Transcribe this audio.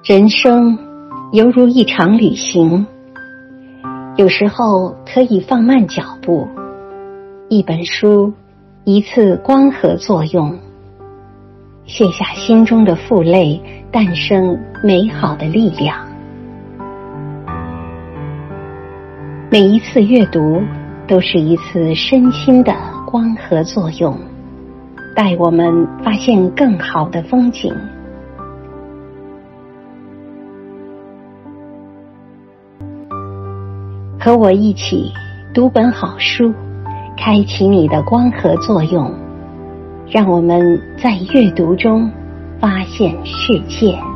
人生犹如一场旅行，有时候可以放慢脚步，一本书，一次光合作用，卸下心中的负累，诞生美好的力量。每一次阅读都是一次身心的光合作用，带我们发现更好的风景。和我一起读本好书，开启你的光合作用，让我们在阅读中发现世界。